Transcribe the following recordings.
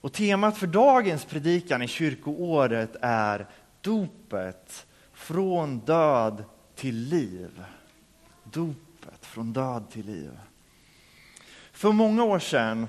Och temat för dagens predikan i kyrkoåret är dopet från död till liv. Dopet från död till liv. För många år sedan,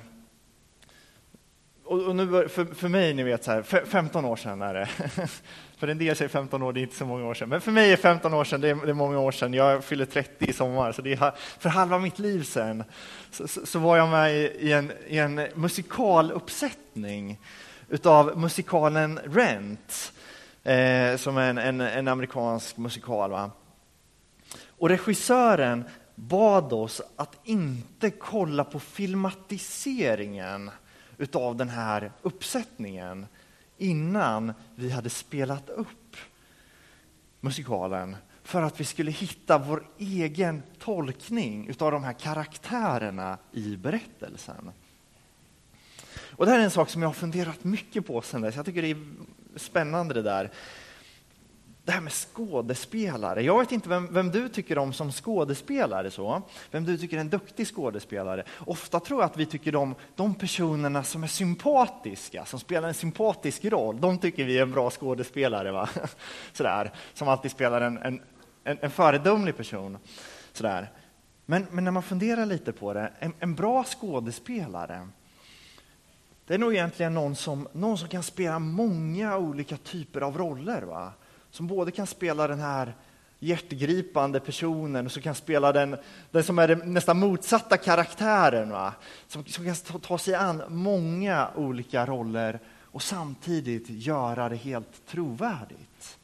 och nu för mig, ni vet så här, 15 år sedan är det. För en del säger 15 år, det är inte så många år sedan. Men för mig är 15 år sedan, det är många år sedan. Jag fyller 30 i sommar, så det är för halva mitt liv sedan. Så var jag med i en musikaluppsättning utav musikalen Rent. Som är en amerikansk musikal. Va? Och regissören bad oss att inte kolla på filmatiseringen utav den här uppsättningen innan vi hade spelat upp musikalen, för att vi skulle hitta vår egen tolkning utav de här karaktärerna i berättelsen. Och det här är en sak som jag har funderat mycket på sedan dess. Jag tycker det är spännande det där. Det här med skådespelare. Jag vet inte vem du tycker om som skådespelare. Så. Vem du tycker är en duktig skådespelare. Ofta tror jag att vi tycker om de personerna som är sympatiska. Som spelar en sympatisk roll. De tycker vi är en bra skådespelare. Va? Sådär. Som alltid spelar en föredömlig person. Sådär. Men när man funderar lite på det. En bra skådespelare. Det är nog egentligen någon som kan spela många olika typer av roller. Va? Som både kan spela den här hjärtgripande personen och så kan spela den som är den nästan motsatta karaktären. Va? Som kan ta sig an många olika roller och samtidigt göra det helt trovärdigt.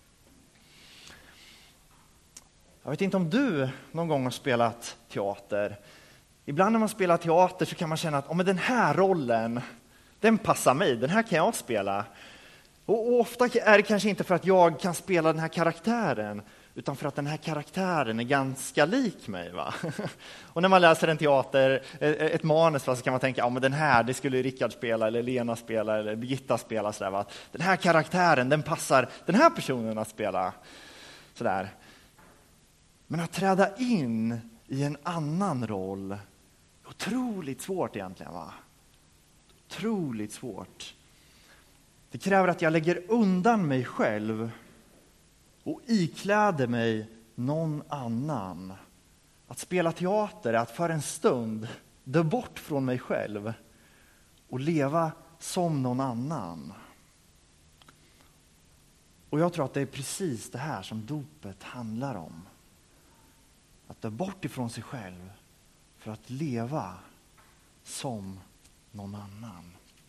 Jag vet inte om du någon gång har spelat teater. Ibland när man spelar teater så kan man känna att men den här rollen, den passar mig, den här kan jag spela. Och ofta är det kanske inte för att jag kan spela den här karaktären, utan för att den här karaktären är ganska lik mig. Va? Och när man läser en teater, ett manus, så kan man tänka men den här, det skulle Rickard spela, eller Lena spela, eller Birgitta spela. Sådär, va? Den här karaktären, den passar den här personen att spela. Sådär. Men att träda in i en annan roll är otroligt svårt egentligen. Va? Otroligt svårt. Det kräver att jag lägger undan mig själv och ikläder mig någon annan. Att spela teater är att för en stund dö bort från mig själv och leva som någon annan. Och jag tror att det är precis det här som dopet handlar om. Att dö bort ifrån sig själv för att leva som någon annan.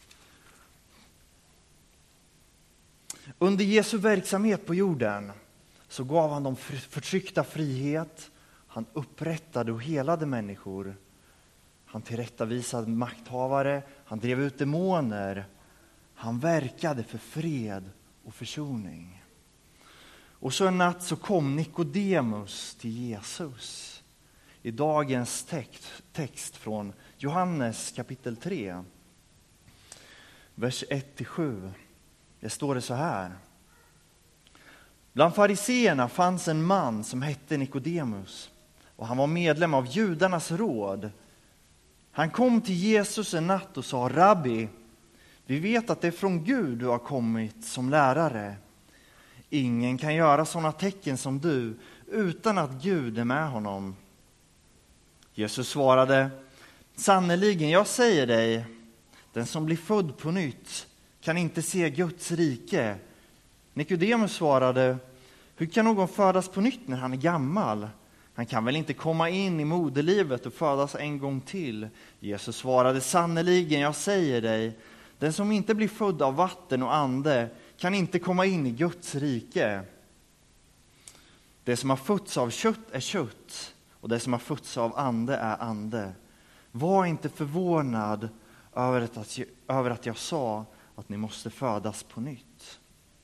Under Jesu verksamhet på jorden så gav han de förtryckta frihet. Han upprättade och helade människor. Han tillrättavisade makthavare. Han drev ut demoner. Han verkade för fred och försoning. Och så en natt så kom Nikodemus till Jesus. I dagens text från Johannes kapitel 3. Vers 1-7. Det står det så här. Bland fariseerna fanns en man som hette Nikodemus. Och han var medlem av judarnas råd. Han kom till Jesus en natt och sa: Rabbi, vi vet att det är från Gud du har kommit som lärare. Ingen kan göra sådana tecken som du utan att Gud är med honom. Jesus svarade: Sannerligen, jag säger dig, den som blir född på nytt kan inte se Guds rike. Nikodemus svarade: Hur kan någon födas på nytt när han är gammal? Han kan väl inte komma in i moderlivet och födas en gång till? Jesus svarade: Sannerligen, jag säger dig, den som inte blir född av vatten och ande kan inte komma in i Guds rike. Det som har fötts av kött är kött, och det som har fötts av ande är ande. Var inte förvånad över att jag sa att ni måste födas på nytt.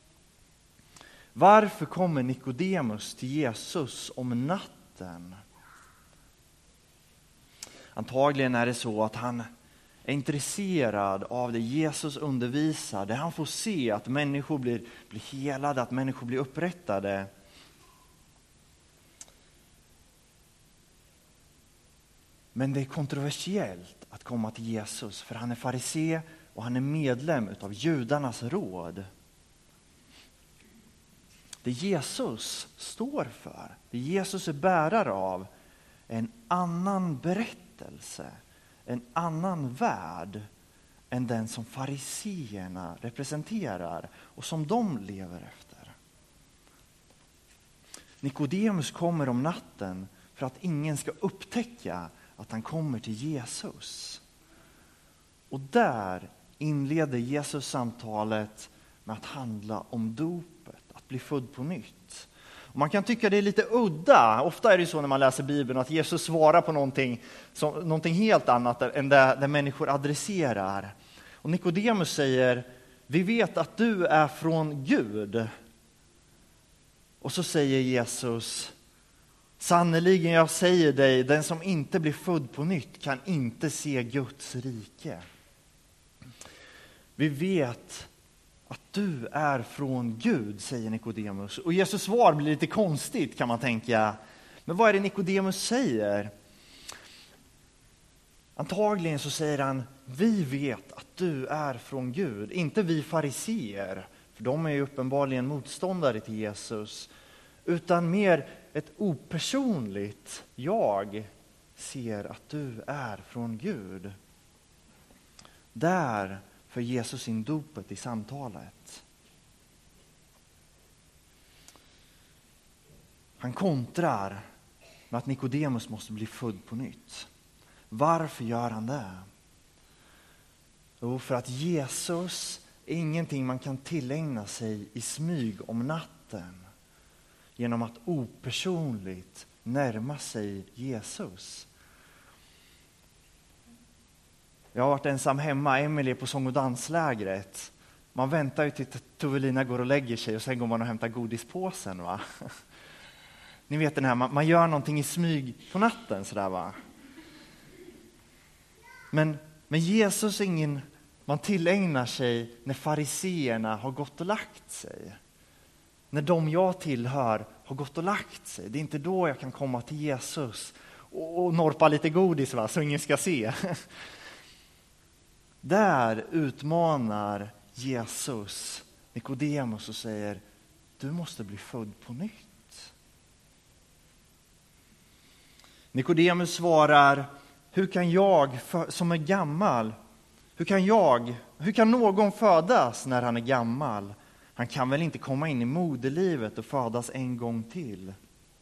Varför kommer Nikodemus till Jesus om natten? Antagligen är det så att han är intresserad av det Jesus undervisar. Där han får se att människor blir helade, att människor blir upprättade. Men det är kontroversiellt att komma till Jesus, för han är farisé och han är medlem utav judarnas råd. Det Jesus står för, det Jesus är bärare av, är en annan berättelse, en annan värld än den som fariseerna representerar och som de lever efter. Nikodemus kommer om natten för att ingen ska upptäcka att han kommer till Jesus. Och där inleder Jesus samtalet med att handla om dopet, att bli född på nytt. Och man kan tycka det är lite udda. Ofta är det så när man läser Bibeln att Jesus svarar på någonting helt annat än det människor adresserar. Och Nikodemus säger, vi vet att du är från Gud. Och så säger Jesus, sannoliken jag säger dig, den som inte blir född på nytt kan inte se Guds rike. Vi vet att du är från Gud, säger Nikodemus. Och Jesus svar blir lite konstigt kan man tänka. Men vad är det Nikodemus säger? Antagligen så säger han, vi vet att du är från Gud. Inte vi fariseer, för de är ju uppenbarligen motståndare till Jesus. Utan mer ett opersonligt, jag ser att du är från Gud. Där för Jesus in dopet i samtalet. Han kontrar med att Nikodemus måste bli född på nytt. Varför gör han det? Jo, för att Jesus är ingenting man kan tillägna sig i smyg om natten. Genom att opersonligt närma sig Jesus. Jag har varit ensam hemma, Emelie på sång- och danslägret. Man väntar ju till Tuvelina går och lägger sig och sen går man och hämtar godispåsen, va? Ni vet den här, man gör någonting i smyg på natten sådär, va? Men Jesus är ingen man tillägnar sig när fariseerna har gått och lagt sig. När de jag tillhör har gått och lagt sig. Det är inte då jag kan komma till Jesus och norpa lite godis, va? Så ingen ska se. Där utmanar Jesus Nikodemus och säger, du måste bli född på nytt. Nikodemus svarar, hur kan jag som är gammal, hur kan någon födas när han är gammal? Han kan väl inte komma in i moderlivet och födas en gång till.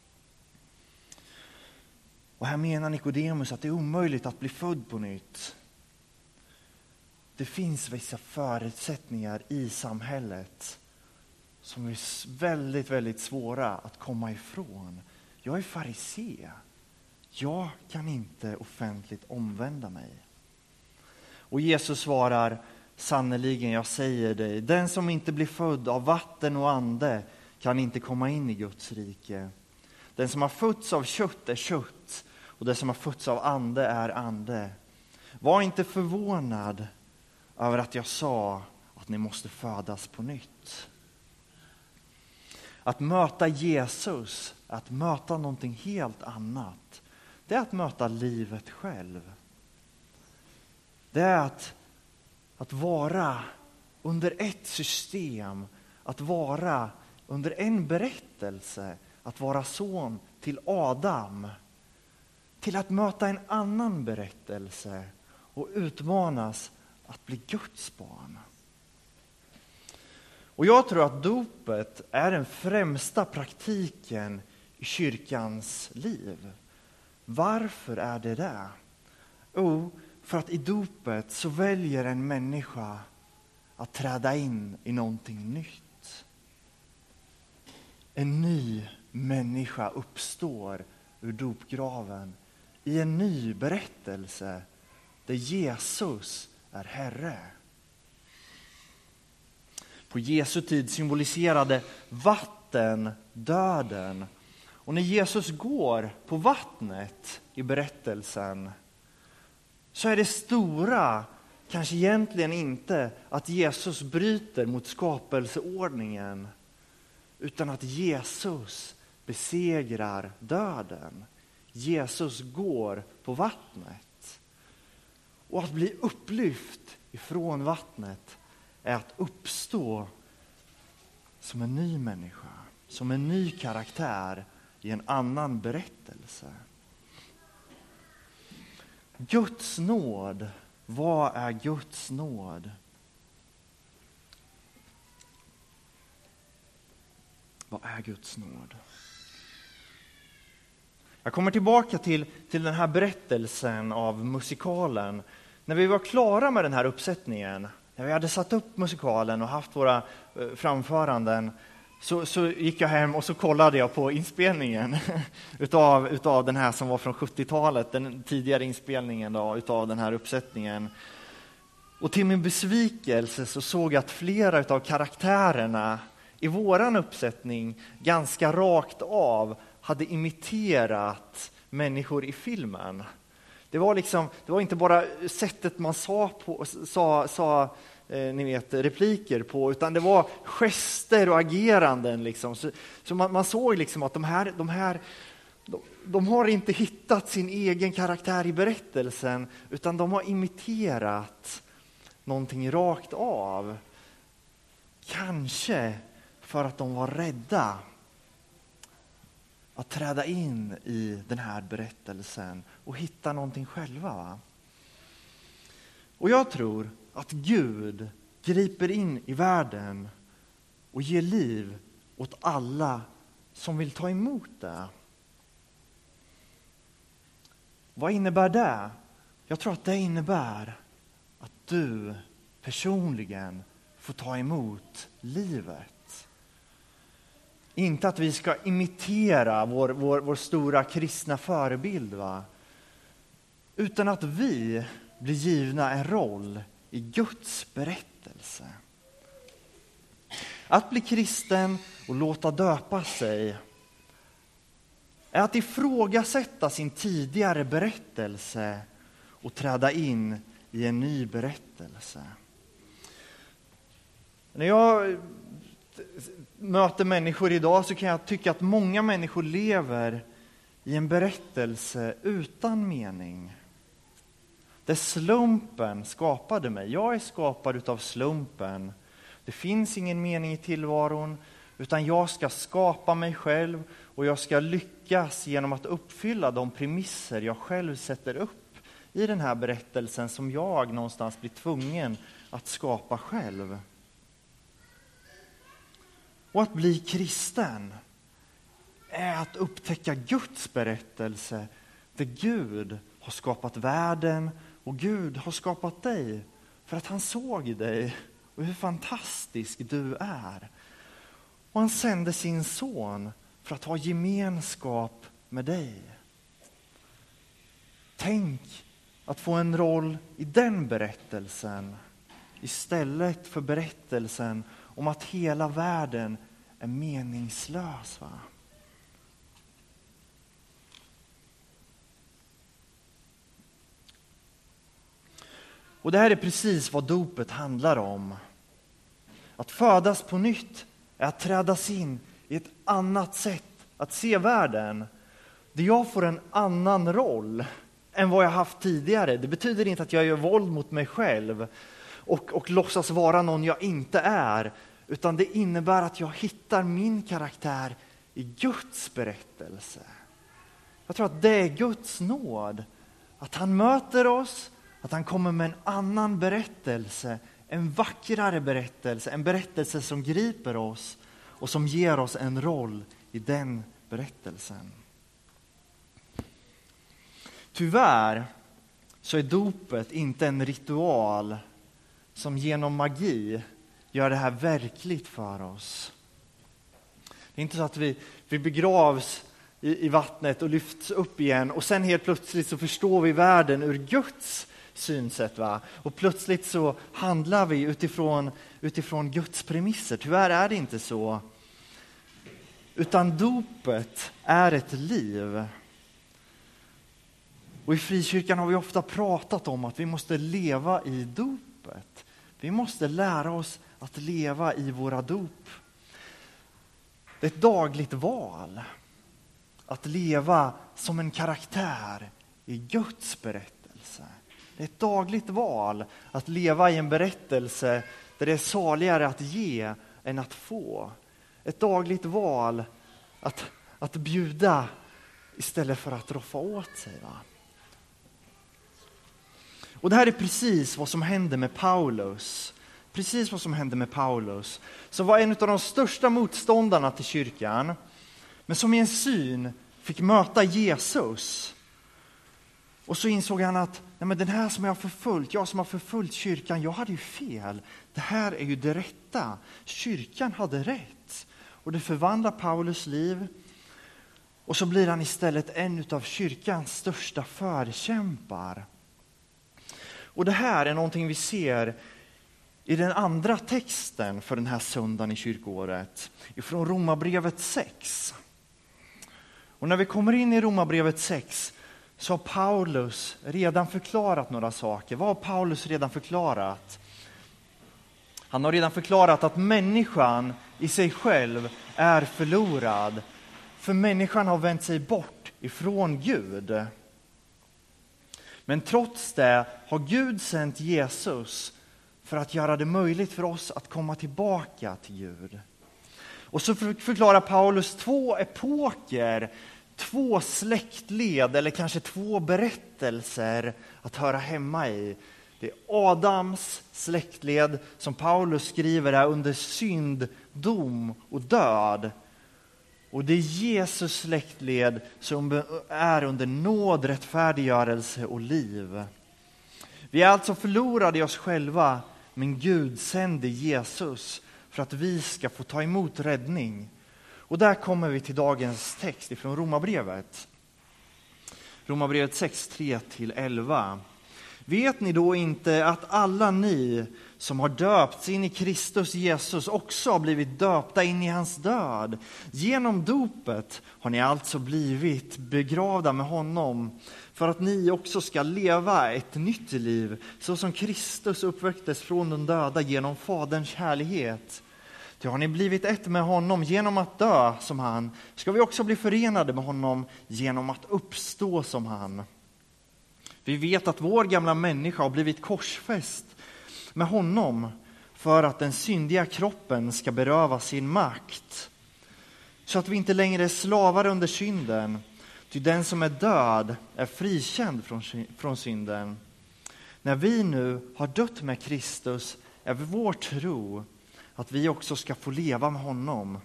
Och här menar Nikodemus att det är omöjligt att bli född på nytt. Det finns vissa förutsättningar i samhället som är väldigt, väldigt svåra att komma ifrån. Jag är farisé. Jag kan inte offentligt omvända mig. Och Jesus svarar, sannoliken jag säger dig, den som inte blir född av vatten och ande kan inte komma in i Guds rike. Den som har fötts av kött är kött och den som har fötts av ande är ande. Var inte förvånad över att jag sa att ni måste födas på nytt. Att möta Jesus, att möta någonting helt annat, det är att möta livet själv. Det är att vara under ett system, att vara under en berättelse, att vara son till Adam, till att möta en annan berättelse och utmanas att bli Guds barn. Och jag tror att dopet är den främsta praktiken i kyrkans liv. Varför är det det? Jo, för att i dopet så väljer en människa att träda in i någonting nytt. En ny människa uppstår ur dopgraven i en ny berättelse där Jesus är Herre. På Jesu tid symboliserade vatten döden. Och när Jesus går på vattnet i berättelsen så är det stora kanske egentligen inte att Jesus bryter mot skapelseordningen, utan att Jesus besegrar döden. Jesus går på vattnet. Och att bli upplyft ifrån vattnet är att uppstå som en ny människa, som en ny karaktär i en annan berättelse. Guds nåd, vad är Guds nåd? Vad är Guds nåd? Jag kommer tillbaka till den här berättelsen av musikalen. När vi var klara med den här uppsättningen, när vi hade satt upp musikalen och haft våra framföranden, så gick jag hem och så kollade jag på inspelningen utav den här som var från 70-talet, den tidigare inspelningen då, utav den här uppsättningen. Och till min besvikelse så såg jag att flera utav karaktärerna i våran uppsättning ganska rakt av hade imiterat människor i filmen. Det var inte bara sättet man sa ni vet, repliker på, utan det var gester och ageranden liksom. Så man såg liksom att de har inte hittat sin egen karaktär i berättelsen, utan de har imiterat någonting rakt av. Kanske för att de var rädda att träda in i den här berättelsen och hitta någonting själva. Va? Och jag tror att Gud griper in i världen och ger liv åt alla som vill ta emot det. Vad innebär det? Jag tror att det innebär att du personligen får ta emot livet. Inte att vi ska imitera vår stora kristna förebild, va? Utan att vi blir givna en roll i Guds berättelse. Att bli kristen och låta döpa sig är att ifrågasätta sin tidigare berättelse och träda in i en ny berättelse. När jag möter människor idag så kan jag tycka att många människor lever i en berättelse utan mening. Där slumpen skapade mig. Jag är skapad utav slumpen. Det finns ingen mening i tillvaron, utan jag ska skapa mig själv och jag ska lyckas genom att uppfylla de premisser jag själv sätter upp i den här berättelsen som jag någonstans blir tvungen att skapa själv. Och att bli kristen är att upptäcka Guds berättelse där Gud har skapat världen och Gud har skapat dig för att han såg dig och hur fantastisk du är. Och han sände sin son för att ha gemenskap med dig. Tänk att få en roll i den berättelsen istället för berättelsen om att hela världen är meningslös, va? Och det här är precis vad dopet handlar om. Att födas på nytt är att trädas in i ett annat sätt att se världen. Där jag får en annan roll än vad jag haft tidigare. Det betyder inte att jag gör våld mot mig själv och låtsas vara någon jag inte är. Utan det innebär att jag hittar min karaktär i Guds berättelse. Jag tror att det är Guds nåd. Att han möter oss, att han kommer med en annan berättelse. En vackrare berättelse, en berättelse som griper oss och som ger oss en roll i den berättelsen. Tyvärr så är dopet inte en ritual som genom magi gör det här verkligt för oss. Det är inte så att vi begravs i vattnet och lyfts upp igen och sen helt plötsligt så förstår vi världen ur Guds synsätt, va? Och plötsligt så handlar vi utifrån Guds premisser. Tyvärr är det inte så. Utan dopet är ett liv. Och i frikyrkan har vi ofta pratat om att vi måste leva i dopet. Vi måste lära oss att leva i våra dop. Det är ett dagligt val. Att leva som en karaktär i Guds berättelse. Det är ett dagligt val att leva i en berättelse där det är saligare att ge än att få. Ett dagligt val att bjuda istället för att roffa åt sig. Va? Och det här är precis vad som hände med Paulus. Precis vad som hände med Paulus. Som var en av de största motståndarna till kyrkan. Men som i en syn fick möta Jesus. Och så insåg han att nej, men den här som jag som har förföljt kyrkan, jag hade ju fel. Det här är ju det rätta. Kyrkan hade rätt. Och det förvandlar Paulus liv. Och så blir han istället en av kyrkans största förkämpar. Och det här är någonting vi ser i den andra texten för den här söndagen i kyrkoåret. Ifrån Romarbrevet 6. Och när vi kommer in i Romarbrevet 6 så har Paulus redan förklarat några saker. Vad har Paulus redan förklarat? Han har redan förklarat att människan i sig själv är förlorad. För människan har vänt sig bort ifrån Gud. Men trots det har Gud sänt Jesus för att göra det möjligt för oss att komma tillbaka till Gud. Och så förklarar Paulus 2 epoker, 2 släktled eller kanske 2 berättelser att höra hemma i. Det är Adams släktled som Paulus skriver är under synd, dom och död. Och det är Jesus släktled som är under nåd, rättfärdiggörelse och liv. Vi är alltså förlorade i oss själva, men Gud sände Jesus för att vi ska få ta emot räddning. Och där kommer vi till dagens text ifrån Romarbrevet. Romarbrevet 6, 3-11. Vet ni då inte att alla ni som har döpts in i Kristus Jesus också har blivit döpta in i hans död? Genom dopet har ni alltså blivit begravda med honom för att ni också ska leva ett nytt liv så som Kristus uppväcktes från de döda genom Faderns härlighet. Då har ni blivit ett med honom genom att dö som han, ska vi också bli förenade med honom genom att uppstå som han. Vi vet att vår gamla människa har blivit korsfäst med honom för att den syndiga kroppen ska beröva sin makt. Så att vi inte längre är slavar under synden. Ty den som är död är frikänd från synden. När vi nu har dött med Kristus är vår tro att vi också ska få leva med honom.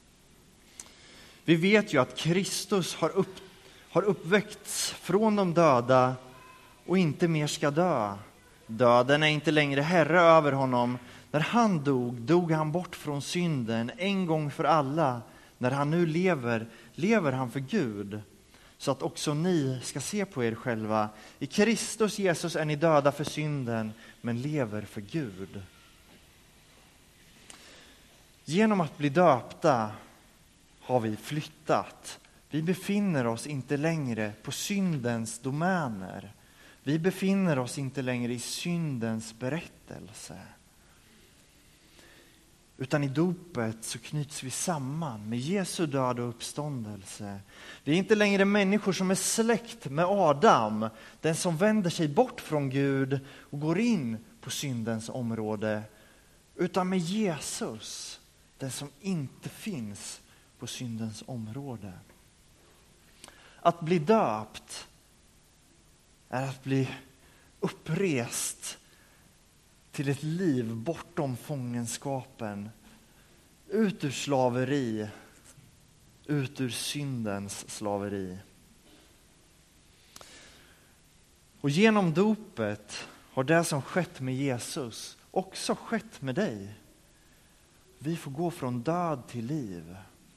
Vi vet ju att Kristus har uppväckts från de döda och inte mer ska dö. Döden är inte längre herre över honom. När han dog han bort från synden en gång för alla. När han nu lever han för Gud. Så att också ni ska se på er själva. I Kristus Jesus är ni döda för synden, men lever för Gud. Genom att bli döpta har vi flyttat. Vi befinner oss inte längre på syndens domäner. Vi befinner oss inte längre i syndens berättelse. Utan i dopet så knyts vi samman med Jesu död och uppståndelse. Vi är inte längre människor som är släkt med Adam, den som vänder sig bort från Gud och går in på syndens område. Utan med Jesus, den som inte finns på syndens område. Att bli döpt är att bli upprest till ett liv bortom fångenskapen, ut ur slaveri, ut ur syndens slaveri. Och genom dopet har det som skett med Jesus också skett med dig. Vi får gå från död till liv.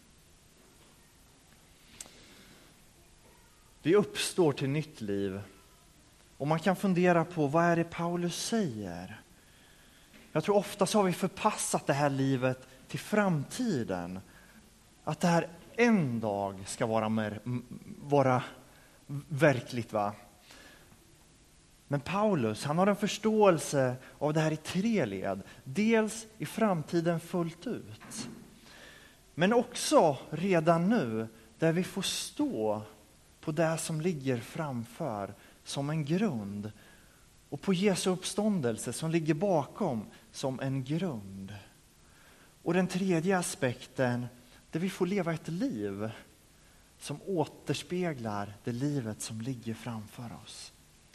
Vi uppstår till nytt liv. Och man kan fundera på, vad är det Paulus säger? Jag tror ofta så har vi förpassat det här livet till framtiden. Att det här en dag ska vara verkligt, va? Men Paulus, han har en förståelse av det här i 3 led. Dels i framtiden fullt ut. Men också redan nu, där vi får stå på det som ligger framför som en grund. och på Jesu uppståndelse som ligger bakom som en grund. Och den tredje aspekten, där vi får leva ett liv som återspeglar det livet som ligger framför oss.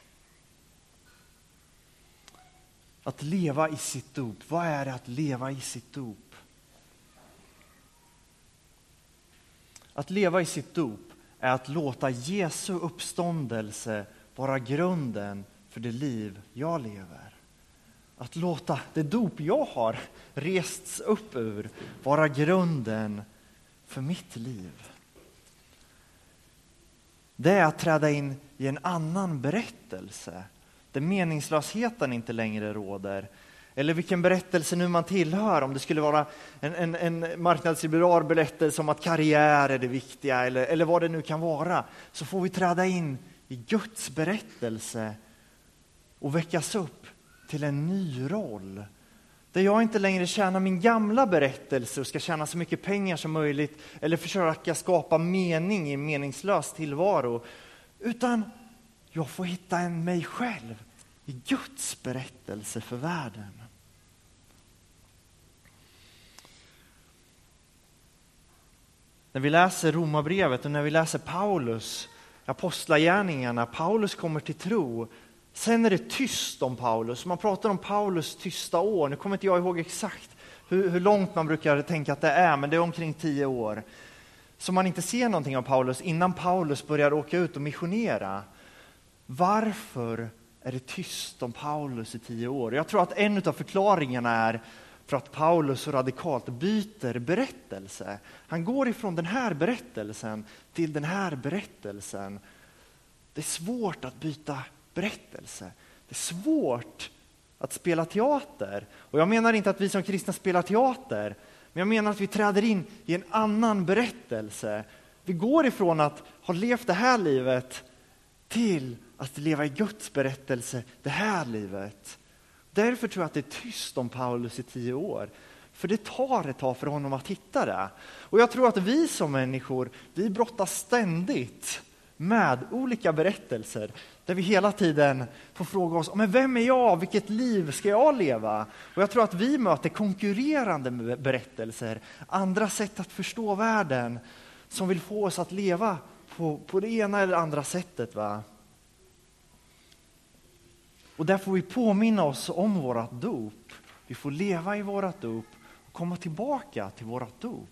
Att leva i sitt dop. Vad är det att leva i sitt dop? Att leva i sitt dop är att låta Jesu uppståndelse vara grunden för det liv jag lever. Att låta det dop jag har rests upp ur vara grunden för mitt liv. Det är att träda in i en annan berättelse där meningslösheten inte längre råder. Eller vilken berättelse nu man tillhör, om det skulle vara en marknadsliberal berättelse om att karriär är det viktiga eller vad det nu kan vara, så får vi träda in i Guds berättelse och väckas upp till en ny roll. Där jag inte längre tjänar min gamla berättelse och ska tjäna så mycket pengar som möjligt eller försöka skapa mening i en meningslös tillvaro, utan jag får hitta en mig själv i Guds berättelse för världen. När vi läser Romarbrevet och när vi läser Paulus, apostlagärningarna, Paulus kommer till tro. Sen är det tyst om Paulus. Man pratar om Paulus tysta år. Nu kommer inte jag ihåg exakt hur långt man brukar tänka att det är, men det är omkring 10 år. Så man inte ser någonting av Paulus innan Paulus börjar åka ut och missionera. Varför är det tyst om Paulus i 10 år? Jag tror att en av förklaringarna är för att Paulus så radikalt byter berättelse. Han går ifrån den här berättelsen till den här berättelsen. Det är svårt att byta berättelse. Det är svårt att spela teater. Och jag menar inte att vi som kristna spelar teater, men jag menar att vi träder in i en annan berättelse. Vi går ifrån att ha levt det här livet till att leva i Guds berättelse det här livet. Därför tror jag att det är tyst om Paulus i 10 år. För det tar ett tag för honom att hitta det. Och jag tror att vi som människor, vi brottas ständigt med olika berättelser. Där vi hela tiden får fråga oss, men vem är jag? Vilket liv ska jag leva? Och jag tror att vi möter konkurrerande berättelser. Andra sätt att förstå världen som vill få oss att leva på det ena eller andra sättet, va? Och där får vi påminna oss om vårat dop. Vi får leva i vårat dop och komma tillbaka till vårat dop.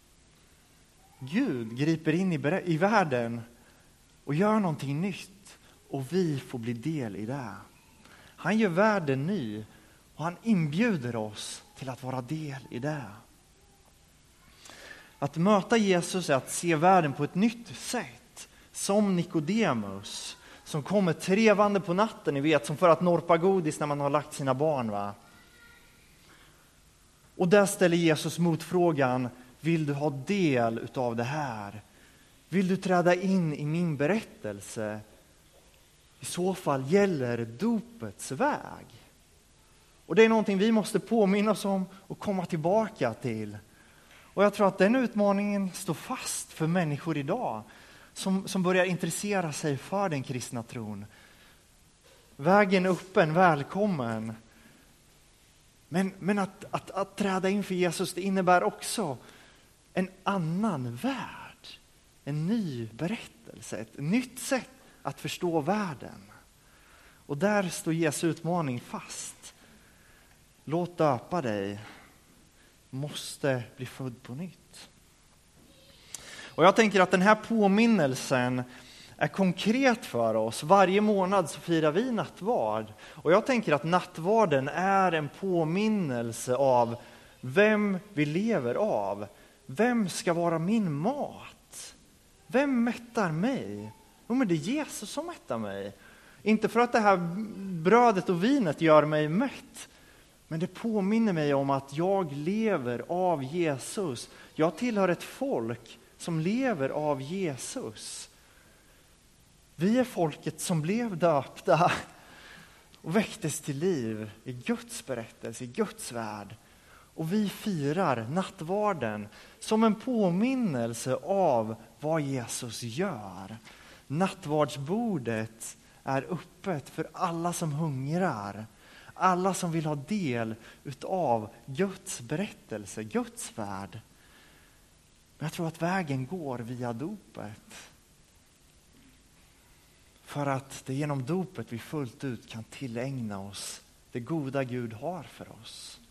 Gud griper in i världen och gör någonting nytt. Och vi får bli del i det. Han gör världen ny och han inbjuder oss till att vara del i det. Att möta Jesus är att se världen på ett nytt sätt. Som Nikodemus som kommer trevande på natten, ni vet, som för att norpa godis när man har lagt sina barn, va? Och där ställer Jesus motfrågan, vill du ha del utav det här? Vill du träda in i min berättelse? I så fall gäller dopets väg. Och det är någonting vi måste påminna oss om och komma tillbaka till. Och jag tror att den utmaningen står fast för människor idag som börjar intressera sig för den kristna tron. Vägen är öppen, välkommen. Men att träda in för Jesus, det innebär också en annan värld. En ny berättelse, ett nytt sätt att förstå världen. Och där står Jesu utmaning fast. Låt döpa dig, måste bli född på nytt. Och jag tänker att den här påminnelsen är konkret för oss. Varje månad så firar vi nattvard. Och jag tänker att nattvarden är en påminnelse av vem vi lever av. Vem ska vara min mat? Vem mättar mig? Jo, men det är Jesus som mättar mig. Inte för att det här brödet och vinet gör mig mätt. Men det påminner mig om att jag lever av Jesus. Jag tillhör ett folk som lever av Jesus. Vi är folket som blev döpta och väcktes till liv i Guds berättelse, i Guds värld. Och vi firar nattvarden som en påminnelse av vad Jesus gör. Nattvardsbordet är öppet för alla som hungrar. Alla som vill ha del utav Guds berättelse, Guds värld. Men jag tror att vägen går via dopet. För att det är genom dopet vi fullt ut kan tillägna oss det goda Gud har för oss.